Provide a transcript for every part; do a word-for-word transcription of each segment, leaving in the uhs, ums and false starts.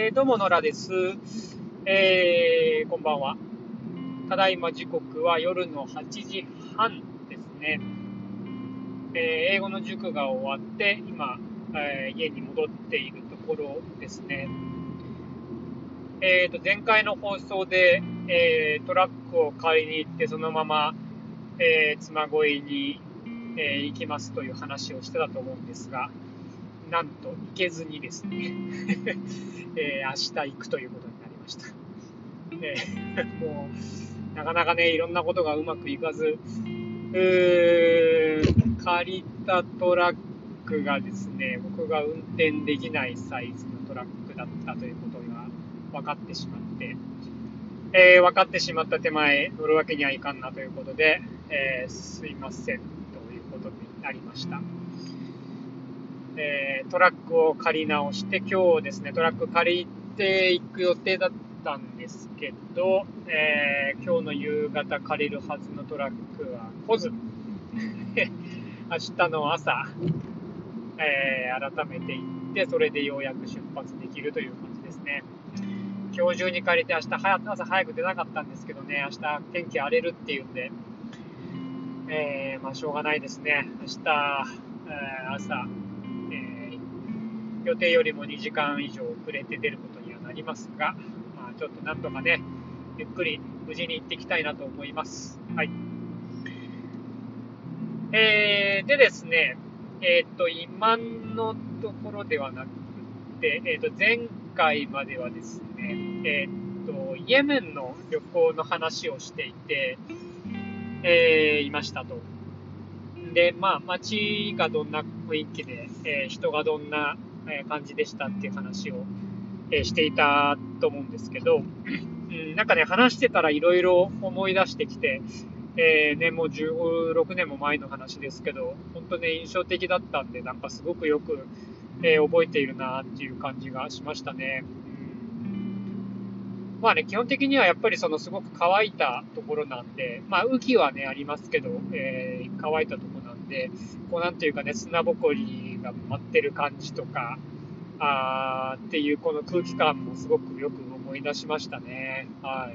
えー、どうも野良です、えー、こんばんは。ただいま時刻は夜のはちじはんですね。えー、英語の塾が終わって今、えー、家に戻っているところですね。えー、と前回の放送で、えー、トラックを買いに行ってそのまま、えー、妻恋に、えー、行きますという話をしてたと思うんですが、なんと行けずにですね、えー、明日行くということになりました。えー、もうなかなかね、いろんなことがうまくいかず、うー借りたトラックがですね、僕が運転できないサイズのトラックだったということが分かってしまって、えー、分かってしまった手前、乗るわけにはいかんなということで、えー、すいませんということになりました。えー、トラックを借り直して、今日ですね、トラック借りていく予定だったんですけど、えー、今日の夕方借りるはずのトラックは来ず、明日の朝、えー、改めて行って、それでようやく出発できるという感じですね。今日中に借りて、明日朝早く出なかったんですけどね、明日天気荒れるっていうんで、えー、まあしょうがないですね。明日、えー、朝、予定よりもにじかん以上遅れて出ることにはなりますが、まあ、ちょっとなんとかね、ゆっくり無事に行ってきたいなと思います。はい。えー、でですね、えっ、ー、と、今のところではなくて、えっ、ー、と、前回まではですね、えっ、ー、と、イエメンの旅行の話をしていて、えー、いましたと。で、まあ、街がどんな雰囲気で、えー、人がどんな感じでしたっていう話を、えー、していたと思うんですけど、うん、なんかね、話してたらいろいろ思い出してきて、えー、ね、もうじゅうろくねんも前の話ですけど、本当ね、印象的だったんで、なんかすごくよく、えー、覚えているなっていう感じがしましたね。まあね、基本的にはやっぱりそのすごく乾いたところなんで、まあ雨季はね、ありますけど、えー、乾いたところなんで、こうなんていうかね、砂ぼこりが舞ってる感じとか、あーっていうこの空気感もすごくよく思い出しましたね。はい。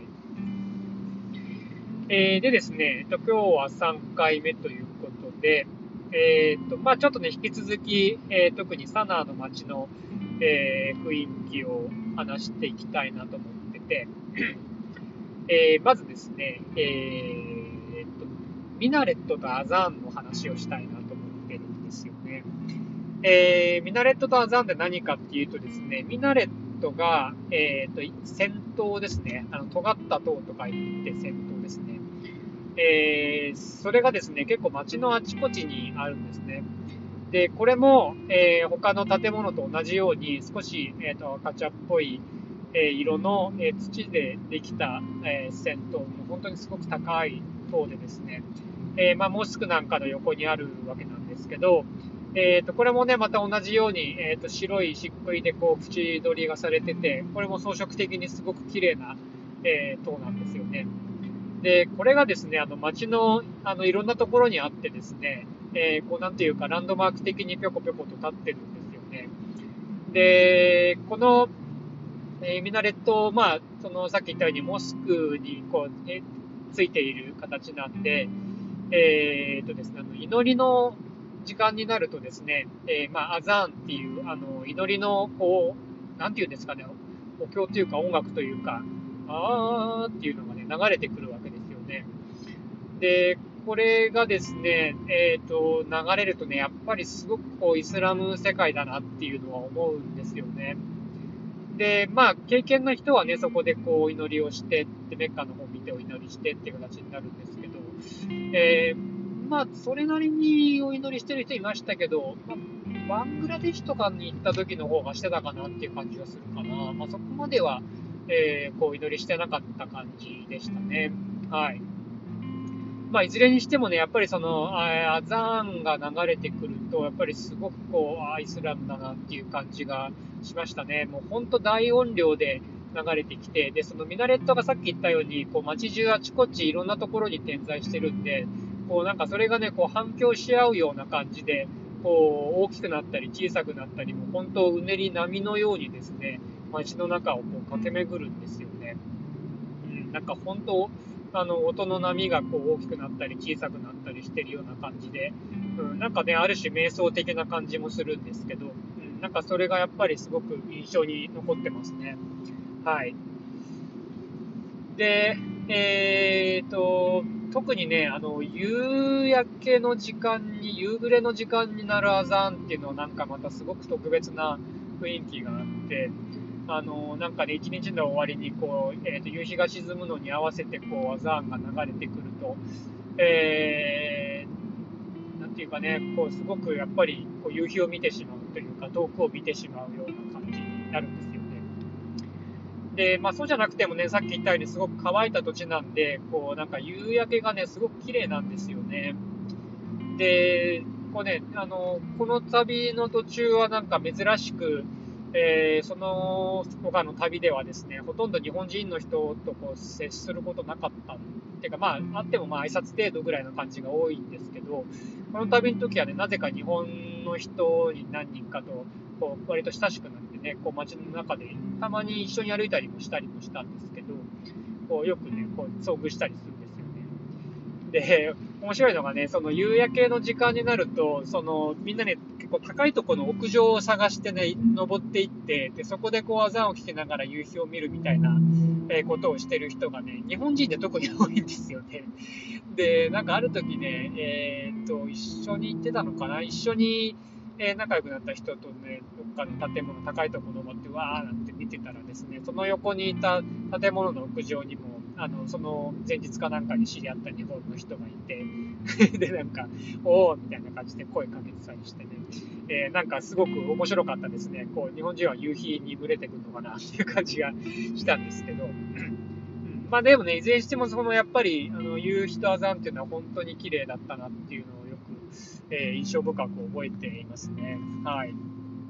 えー、でですね、今日はさんかいめということで、えーとまあ、ちょっとね、引き続き、えー、特にサナーの街の、えー、雰囲気を話していきたいなと思ってて、えー、まずですね、えーと、ミナレットとアザーンの話をしたいなと思ってるんですよね。えー、ミナレットとアザーンって何かっていうとですね、ミナレットが、えーと、先頭ですね。あの、尖った塔とか言って先頭ですね。えー、それがですね、結構街のあちこちにあるんですね。で、これも、えー、他の建物と同じように少し、えーと、赤茶っぽい、えー、色の、えー、土でできた、えー、線塔の本当にすごく高い塔でですね、えー、まあ、モスクなんかの横にあるわけなんですけど、えーと、これもね、また同じように、えーと、白い漆喰でこう、縁取りがされてて、これも装飾的にすごく綺麗な、えー、塔なんですよね。で、これがですね、あの、街の、あの、いろんなところにあってですね、えー、こう、なんていうか、ランドマーク的にぴょこぴょこと立ってるんですよね。で、この、えー、ミナレット、まあ、その、さっき言ったように、モスクに、こう、えついている形なんで、えー、とですね、あの、祈りの時間になるとですね、えー、まあ、アザーンっていう、あの、祈りの、こう、なんていうんですかね、お経というか音楽というか、あーっていうのがね、流れてくるわけですよね。で、これがですね、えっ、と、流れるとね、やっぱりすごくこう、イスラム世界だなっていうのは思うんですよね。で、まあ、経験の人はね、そこでこう、お祈りをして、で、メッカの方を見てお祈りしてっていう形になるんですけど、えー、まあ、それなりにお祈りしてる人いましたけど、まあ、バングラデシュとかに行った時の方がしてたかなっていう感じがするかな。まあ、そこまでは、えー、こう、祈りしてなかった感じでしたね。はい。まあ、いずれにしてもね、やっぱりその、アザーンが流れてくると、やっぱりすごくこう、アイスラムだなっていう感じがしましたね。もう本当大音量で流れてきて、で、そのミナレットがさっき言ったように、こう、街中あちこちいろんなところに点在してるんで、こう、なんかそれがね、こう、反響し合うような感じで、こう、大きくなったり小さくなったり、もう本当うねり波のようにですね、 街の中をこう駆け巡るんですよね。うん、なんか本当、あの、音の波がこう大きくなったり小さくなったりしてるような感じで、うん、なんかね、ある種瞑想的な感じもするんですけど、うん、なんかそれがやっぱりすごく印象に残ってますね。はい。で、えーと、特にね、あの、夕焼けの時間に、夕暮れの時間になるアザーンっていうのはなんかまたすごく特別な雰囲気があって、あの、なんかね、一日の終わりにこう、えーと、夕日が沈むのに合わせてこう、アザーンが流れてくると、えー、なんていうかね、こう、すごくやっぱりこう夕日を見てしまうというか、遠くを見てしまうような感じになるんですよね。で、まあそうじゃなくてもね、さっき言ったようにすごく乾いた土地なんで、こうなんか夕焼けがね、すごく綺麗なんですよね。で、こうね、あの、この旅の途中はなんか珍しく、えーその他の旅ではですね、ほとんど日本人の人とこう接することなかったっていうか、まあ、あってもまあ挨拶程度ぐらいの感じが多いんですけど、この旅の時はね、なぜか日本の人に何人かとこう割と親しくなってね、こう街の中でたまに一緒に歩いたりもしたりもしたんですけど、こうよくね、こう遭遇したりするんですよね。で、面白いのがね、その夕焼けの時間になると、そのみんなね、結構高いところの屋上を探してね、登っていって、でそこでこうアザンを聞きながら夕日を見るみたいな、えーことをしてる人がね、日本人で特に多いんですよね。で、なんかある時ね、えーっと、一緒に行ってたのかな、一緒に、えー仲良くなった人とね、どっかの建物、高いところ登って、わーなんて見てたらですね、その横にいた建物の屋上にも、あの、その前日かなんかに知り合った日本の人がいて、で、なんか、おーみたいな感じで声かけてたりしてね、えーなんかすごく面白かったですね。こう、日本人は夕日に群れてくるのかなっていう感じがしたんですけど、まあでもね、いずれにしても、そのやっぱり、あの、夕日とアザンっていうのは本当に綺麗だったなっていうのをよく、えー印象深く覚えていますね。はい。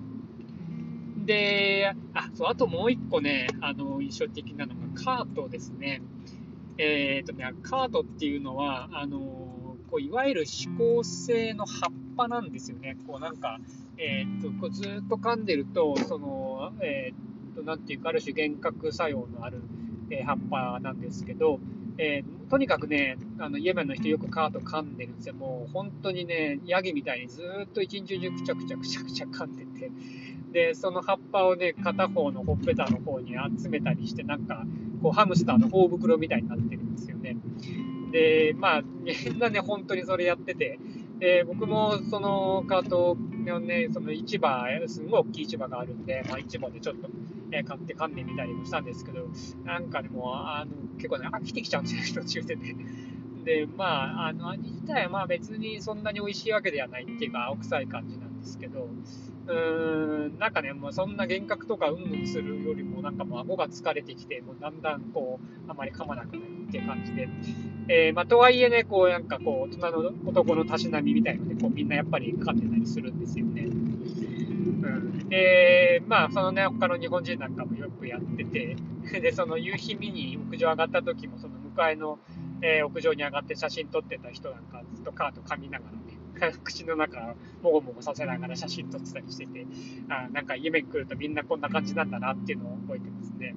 で、あ、そう、あともう一個ね、あの、印象的なのがカートですね。えっとね、カートっていうのは、あの、こういわゆる指向性の葉っぱなんですよね。こうなんか、えっと、こうずっと噛んでると、その、えっと、なんていうか、ある種幻覚作用のある、えー葉っぱなんですけど、えーとにかくね、あの、イエメンの人よくカート噛んでるんですよ。もう本当にね、ヤギみたいにずっと一日中くちゃくちゃくちゃくちゃ噛んでて、で、その葉っぱをね、片方のほっぺたの方に集めたりして、なんか、こう、ハムスターの頬袋みたいになってるんですよね。で、まあ、みんなね、本当にそれやってて、で、僕もそのカートのね、その市場、すごい大きい市場があるんで、まあ、市場でちょっと、え買って噛んでみたりもしたんですけど、なんかね、もう、あの、結構ね、飽きてきちゃうんですよ、途中でね。で、まあ、あの、味自体はまあ別にそんなに美味しいわけではないっていうか、青臭い感じなんですけど、うーん、なんかね、もうそんな幻覚とかうんうんするよりも、なんかもう顎が疲れてきて、もうだんだんこう、あまり噛まなくなるっていう感じで、えー、まあ、とはいえね、こう、なんかこう、大人の男のたしなみみたいので、こう、みんなやっぱり噛んでたりするんですよね。うん。で、まあ、そのね、他の日本人なんかもよくやってて、で、その夕日見に屋上上がった時も、その向かいの、えー屋上に上がって写真撮ってた人なんか、ずっとカート噛みながらね、口の中もごもごさせながら写真撮ってたりしてて、あなんかイエメン来るとみんなこんな感じなんだなっていうのを覚えてますね。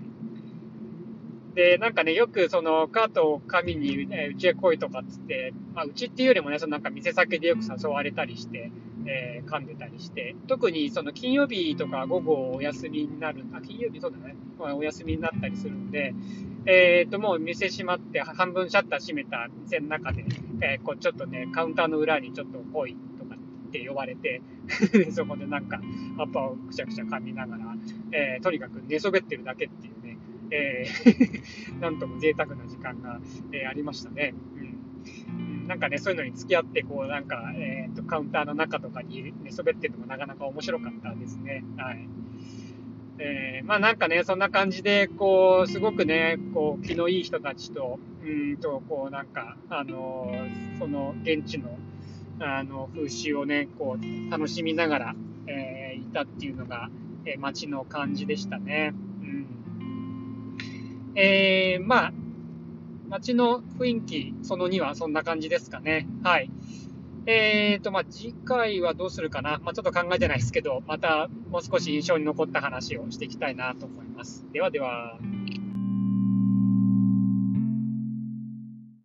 で、なんかね、よくそのカートを紙に、えー、うちへ来いとかっつって、まあ、うちっていうよりもね、そのなんか店先でよく誘われたりして、えー噛んでたりして、特にその金曜日とか午後お休みになる、あ、金曜日そうだね、まあお休みになったりするんで、えっと、もう店閉まって半分シャッター閉めた店の中で、えーこうちょっとね、カウンターの裏にちょっと来いとかって呼ばれて、そこでなんか葉っぱをくしゃくしゃ噛みながら、えーとにかく寝そべってるだけっていうね、えーなんとも贅沢な時間が、えーありましたね。うん。なんかね、そういうのに付き合って、こう、なんか、えっと、カウンターの中とかに寝そべってるのもなかなか面白かったですね。はい。えー、まあなんかね、そんな感じで、こう、すごくね、こう、気のいい人たちと、うんと、こう、なんか、あのーその、現地の、あの、風習をね、こう、楽しみながら、えーいたっていうのが、えー街の感じでしたね。うん。えー、まあ、街の雰囲気そのにはそんな感じですかね。はい。 えーと、まあ、次回はどうするかな。まあ、ちょっと考えてないですけど、またもう少し印象に残った話をしていきたいなと思います。ではでは。